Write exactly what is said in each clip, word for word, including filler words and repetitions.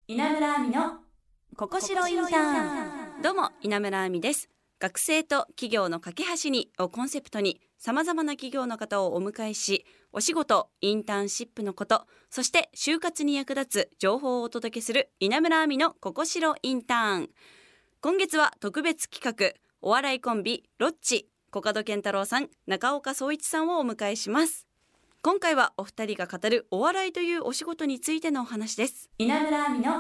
稲村亜美のここしろインターン。 どうも稲村亜美です。学生と企業の架け橋にをコンセプトにさまざまな企業の方をお迎えし、お仕事、インターンシップのこと、そして就活に役立つ情報をお届けする稲村亜美のここしろインターン。今月は特別企画、お笑いコンビロッチ、コカドケンタロウさん、中岡総一さんをお迎えします。今回はお二人が語るお笑いというお仕事についてのお話です。 稲村亜美の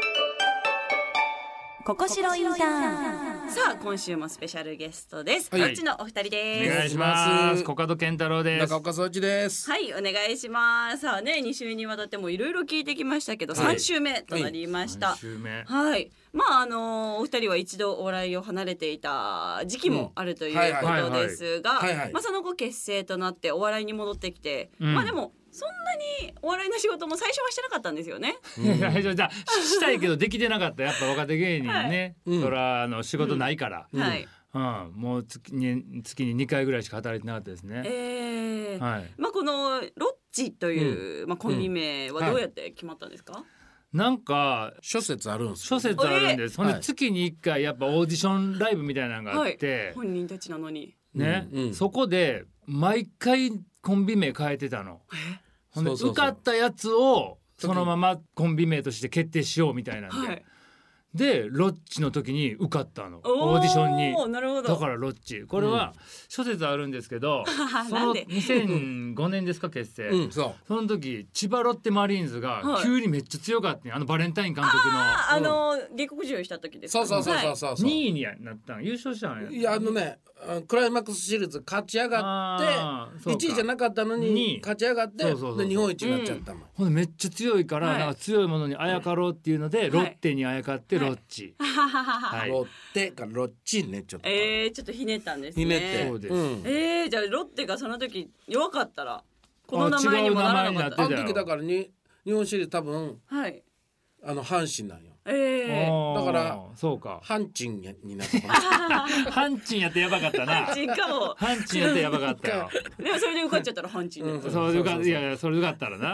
ここしろインターン。 さあ今週もスペシャルゲストです。 はいロッチのお二人です。 お願いします。コカドケンタロウです。 中岡総一です。 はい、お願いします。さあね、に週にわたってもいろいろ聞いてきましたけど、 はいさん週目となりました。 さん週目。 はい、まああのお二人は一度お笑いを離れていた時期もあるというはいはいことですが、 はいはいまあその後結成となってお笑いに戻ってきて、 うんまあでもそんなにお笑いの仕事も最初はしてなかったんですよね。 いやじゃあしたいけどできてなかった。やっぱ若手芸人ね、 うんそらあの仕事ないから、うんはい。 もう月に月ににかいぐらいしか働いてなかったですね。 えーはい。 まあこのロッチという、まあコンビ名はどうやって決まったんですか？ なんか諸説あるんですよ。 諸説あるんです。ほんではい月にいっかいやっぱオーディションライブみたいなのがあって、 本人たちなのに。 ね、 うんうんそこで毎回コンビ名変えてたの。ほんでそうそうそう受かったやつをそのままコンビ名として決定しようみたいなんで、 はい。 でロッチの時に受かったの、 おーオーディションに。 なるほど。 だからロッチ、これは諸説あるんですけど、そのなんでにせんごねんですか結成、 うん、そう。 その時千葉ロッテマリーンズがはい急にめっちゃ強かったん、あのバレンタイン監督ああの下克上した時ですか？ そうそうそうそうう。 そうそう。 のにいになったん、優勝したんや。 いやあのね、あのクライマックスシリーズ勝ち上がってあーそうかいちいじゃなかったのにに勝ち上がってそうそうそうそうで日本一になっちゃったもん。 ほんでめっちゃ強いから、 はいなんか強いものにあやかろうっていうので、 いロッテにあやかってロッチ、はいロッテからロッチにねちょっと。 えー、ちょっとひねったんですね。 ひねって。 そうですうんえー、じゃあロッテがその時弱かったらこの名前にもならなかった。 あ違う名前になってたあの時だからに日本シリーズ多分はい。 あの阪神なんよ。 えー。 あーだからそうか阪神になったかもしれない。 ハンチンやってやばかったな。 ハンチンかも。 ハンチンやってやばかったよ。 でもそれで受かっちゃったらハンチンだった。 うんそう受かいやいやそれ受かったらな。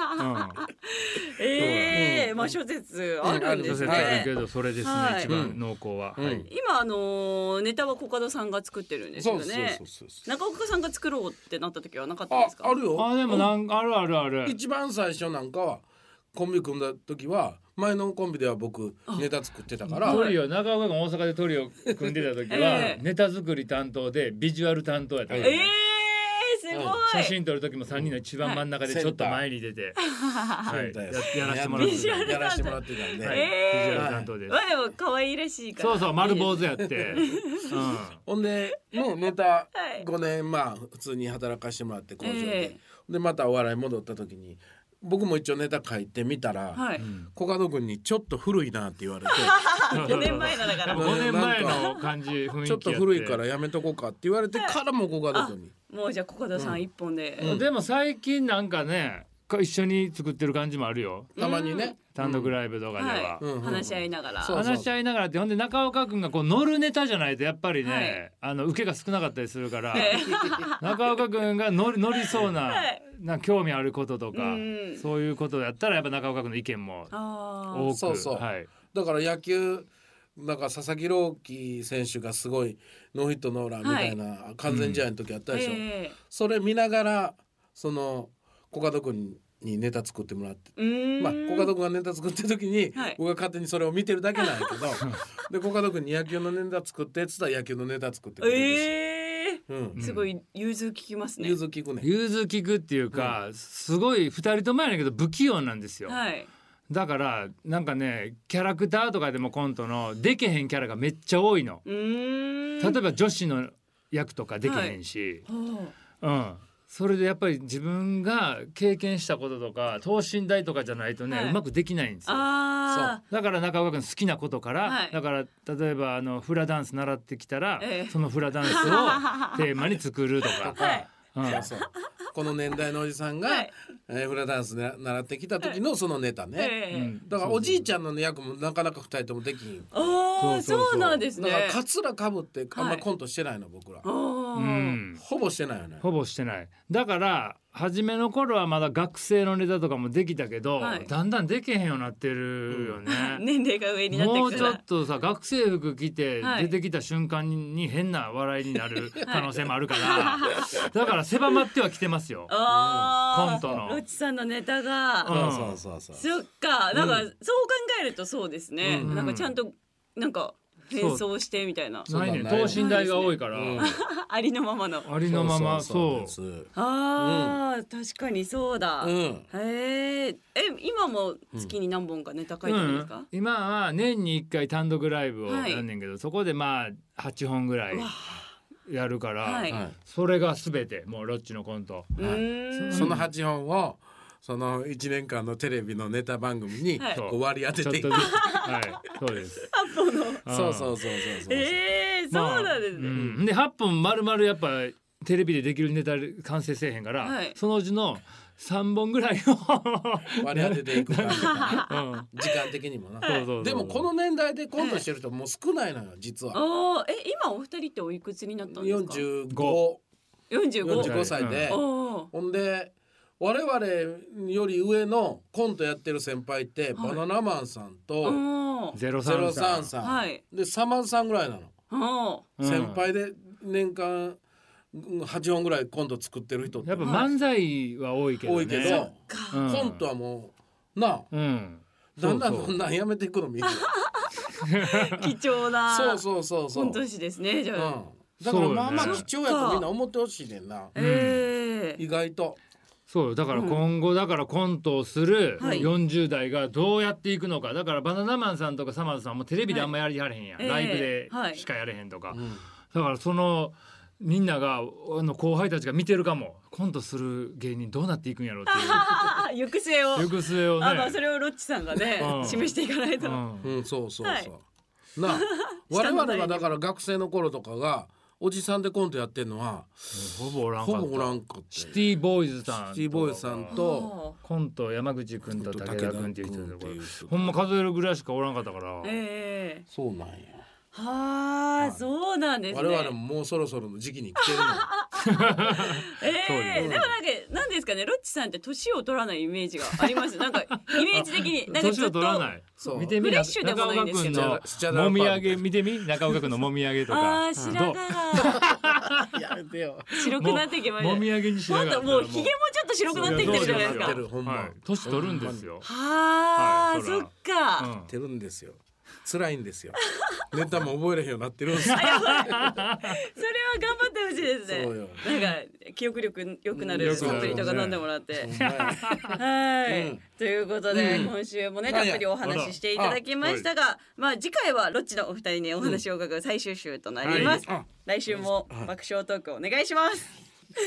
ええー、まあ諸説あるんうん。 です諸説あるね。 けどそれですね、 はい一番濃厚は。 うんはい。 今あのーネタはコカドさんが作ってるんですそうそうよねそう。そうそう。 中岡さんが作ろうってなった時はなかったんですか？ ああるよ。 あでもなんあるあるある。 一番最初なんかはコンビ組んだ時は前のコンビでは僕ネタ作ってたからトリオ中岡が大阪でトリオ組んでた時は、 ええネタ作り担当でビジュアル担当やったからね、 ええー、すごい。 写真撮る時もさんにんの一番真ん中でちょっと前に出て、はいセンターややらせてもらってビジュアルた、 やらせてもらってたんで、 はいえービジュアル担当です、 まあでも可愛いらしいから。 そうそう丸坊主やって、うん、 ほんでねネタはいごねんまあ普通に働かしてもらって工場で、 えでまたお笑い戻った時に僕も一応ネタ書いてみたら、 はい。 コカド君にちょっと古いなって言われてごねんまえのだから。 ごねんまえの感じ雰囲気やってちょっと古いからやめとこうかって言われてからもコカド君にもうじゃあコカドさん一本で。 でも最近なんかね一緒に作ってる感じもあるよ、 たまにね、 単独ライブとかでは、 はい、 うんうん話し合いながら。 そう話し合いながらって、ほんで中岡君がこう乗るネタじゃないとやっぱりね、 はいあの受けが少なかったりするから、 え中岡君が乗り乗りそうな、 はいな興味あることとか、 うんそういうことやったらやっぱ中岡君の意見もあ多く、 そうそうはい、 だから野球なんか佐々木朗希選手がすごいノーヒットノーランみたいな完全試合の時あったあ。 でしょ、 えそれ見ながらそのコカド君にネタ作ってもらって、 えうーん。 まあコカド君がネタ作ってる時に、 はい僕が勝手にそれを見てるだけなんやけどでコカド君に野球のネタ作ってっつったら野球のネタ作ってくれるし、 ええうん、 すごい融通聞きますね。 融通聞くね。 融通聞くっていうか、すごいふたりともやねんけど不器用なんですよ、 はい。 だからなんかねキャラクターとかでもコントのでけへんキャラがめっちゃ多いの。 うーん。 例えば女子の役とかできへんし、 ほうん、それでやっぱり自分が経験したこととか等身大とかじゃないとね、 はいうまくできないんですう。 よ。 あだから中岡君好きなことから、 はいだから例えばあのフラダンス習ってきたら、 ええそのフラダンスをテーマに作るとか、 あ。はい。 うんそうそうこの年代のおじさんが、 はいえーフラダンスね習ってきた時のそのネタね、 ええうんだからおじいちゃんの役もなかなかふたりともできん。 ああ、 そうそうそうそうなんですね。 だからカツラかぶってあんまはいコントしてないの僕ら、 あーうん、 ほぼしてないよね。 ほぼしてない。だから初めの頃はまだ学生のネタとかもできたけど、 はい、 だんだんできへんようになってるよね、 うん、年齢が上になってもうくからちょっとさ学生服着て出てきた瞬間に変な笑いになる可能性もあるから、はい、だから狭まってはきてますよコントのロッチさんのネタが、 うん、 そうそうそうそっかなんか、うん、そう考えるとそうですね、うん、なんかちゃんとなんか変装してみたいなないね等身大が多いから、うん、 ありのままのありのままそうあー、うん、確かにそうだ、うん、へえ今も月に何本かネタ書いてるんですか、うん、 今は年にいっかい単独ライブをやんねんけど、はい、そこでまあはっぽんぐらいやるから、はい、それが全てもうロッチのコント、 はい、そのはっぽんをそのいちねんかんのテレビのネタ番組にこう割り当てていく、 はい、そうです。 はっぽんの。 そうそうそうそうそう。 ええー、そうなんですね。まあうん、ではっぽん丸々やっぱテレビでできるネタ完成せえへんから、はい、そのうちのさんぼんぐらいを割り当てていく感じかな、うん、時間的にもな、はい、でもこの年代でコントしてる人もう少ないのよ実は。 あえ今お二人っておいくつになったんですか。 よんじゅうご よんじゅうごさいで、うん、ほんで我々より上のコントやってる先輩って、はい、バナナマンさんとゼロさんさん、はい、でさまさんぐらいなの、うん、先輩で年間はっぽんぐらいコント作ってる人ってやっぱ漫才は多いけどね、 多いけど、うん、コントはもうなあ、うん、だんだんこんなんやめていくの見て貴重なそうそうそうそうコント師ですねじゃあ、うん、 だからまあまあ貴重やとみんな思ってほしいねんな、えー、意外とそうだから今後だからコントをするよんじゅう代がどうやっていくのか、だからバナナマンさんとかサマーズさんもテレビであんまやりはれへんやん、はい、ライブでしかやれへんとか、はい、だからそのみんながあの後輩たちが見てるかもコントする芸人どうなっていくんやろうっていう行く末を行く末をね、 あ、まあ、それをロッチさんがね、うん、示していかないと、 うんうん、そうそうそう、はい、な我々がだから学生の頃とかがおじさんでコントやってるのは、 うん、ほぼおらんかった。 ほぼおらんかった。 シティボーイズさん、 シティボーイズさんとコント山口くんと武田くんっていう人で、これほんま数えるぐらいしかおらんかったから。 えー、 そうなんや。 はあ、そうなんですね。 我々ももうそろそろの時期に来てるの。 ええー、でもなんかなんですかね、ロッチさんって年を取らないイメージがあります。なんかイメージ的になんか年を取らない。 そう見てみ、フレッシュでもないんですけど。 もみあげ見てみ、中岡くんのもみあげとか。 ああ、白髪がやめてよ。 白くなってきました。 もみあげに白髪。 もうひげもちょっと白くなってきてるじゃないですか。 年取るんですよ。 はあ、そっか。 てるんですよ。辛いんですよ。ネタも覚えれへんようになってるんですよ。それは頑張ってほしいですね。そうよ。なんか記憶力良くなるサプリとか飲んでもらって。はい、うん。ということで、うん、今週もねたっぷりお話ししていただきましたが、まあ次回はロッチのお二人にお話を伺う最終週となります。うんはい、来週も爆笑トークお願いします。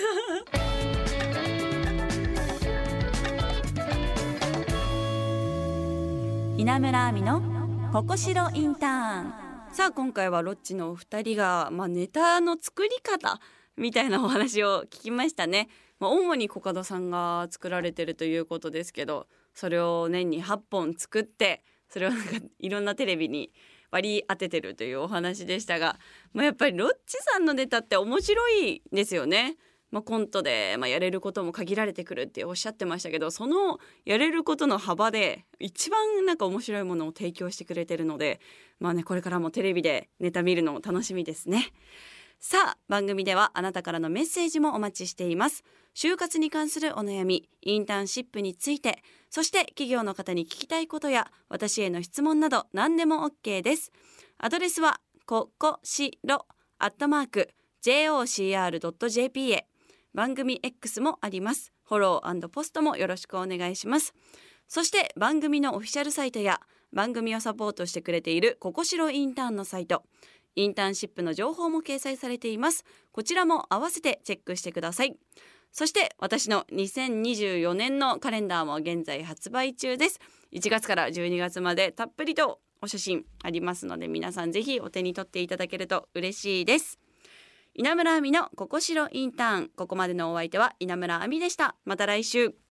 稲村亜美のここしろインターン。 さあ今回はロッチのお二人が、まあ、ネタの作り方みたいなお話を聞きましたね。まあ、主にコカドさんが作られてるということですけど、それを年にはっぽん作ってそれをなんかいろんなテレビに割り当ててるというお話でしたが、まあ、やっぱりロッチさんのネタって面白いですよね。まあ、コントで、まあ、やれることも限られてくるっておっしゃってましたけど、そのやれることの幅で一番なんか面白いものを提供してくれてるので、まあね、これからもテレビでネタ見るのも楽しみですね。さあ番組ではあなたからのメッセージもお待ちしています。就活に関するお悩み、インターンシップについて、そして企業の方に聞きたいことや私への質問など何でも OK です。アドレスはここしろアットマーク ジェイオーシーアールドットジェーピー へ。番組 X もあります。フォロー&ポストもよろしくお願いします。そして番組のオフィシャルサイトや番組をサポートしてくれているここしろインターンのサイト、インターンシップの情報も掲載されています。こちらも合わせてチェックしてください。そして私のにせんにじゅうよねんのカレンダーも現在発売中です。いちがつからじゅうにがつまでたっぷりとお写真ありますので、皆さんぜひお手に取っていただけると嬉しいです。稲村亜美のここしろインターン。ここまでのお相手は稲村亜美でした。また来週。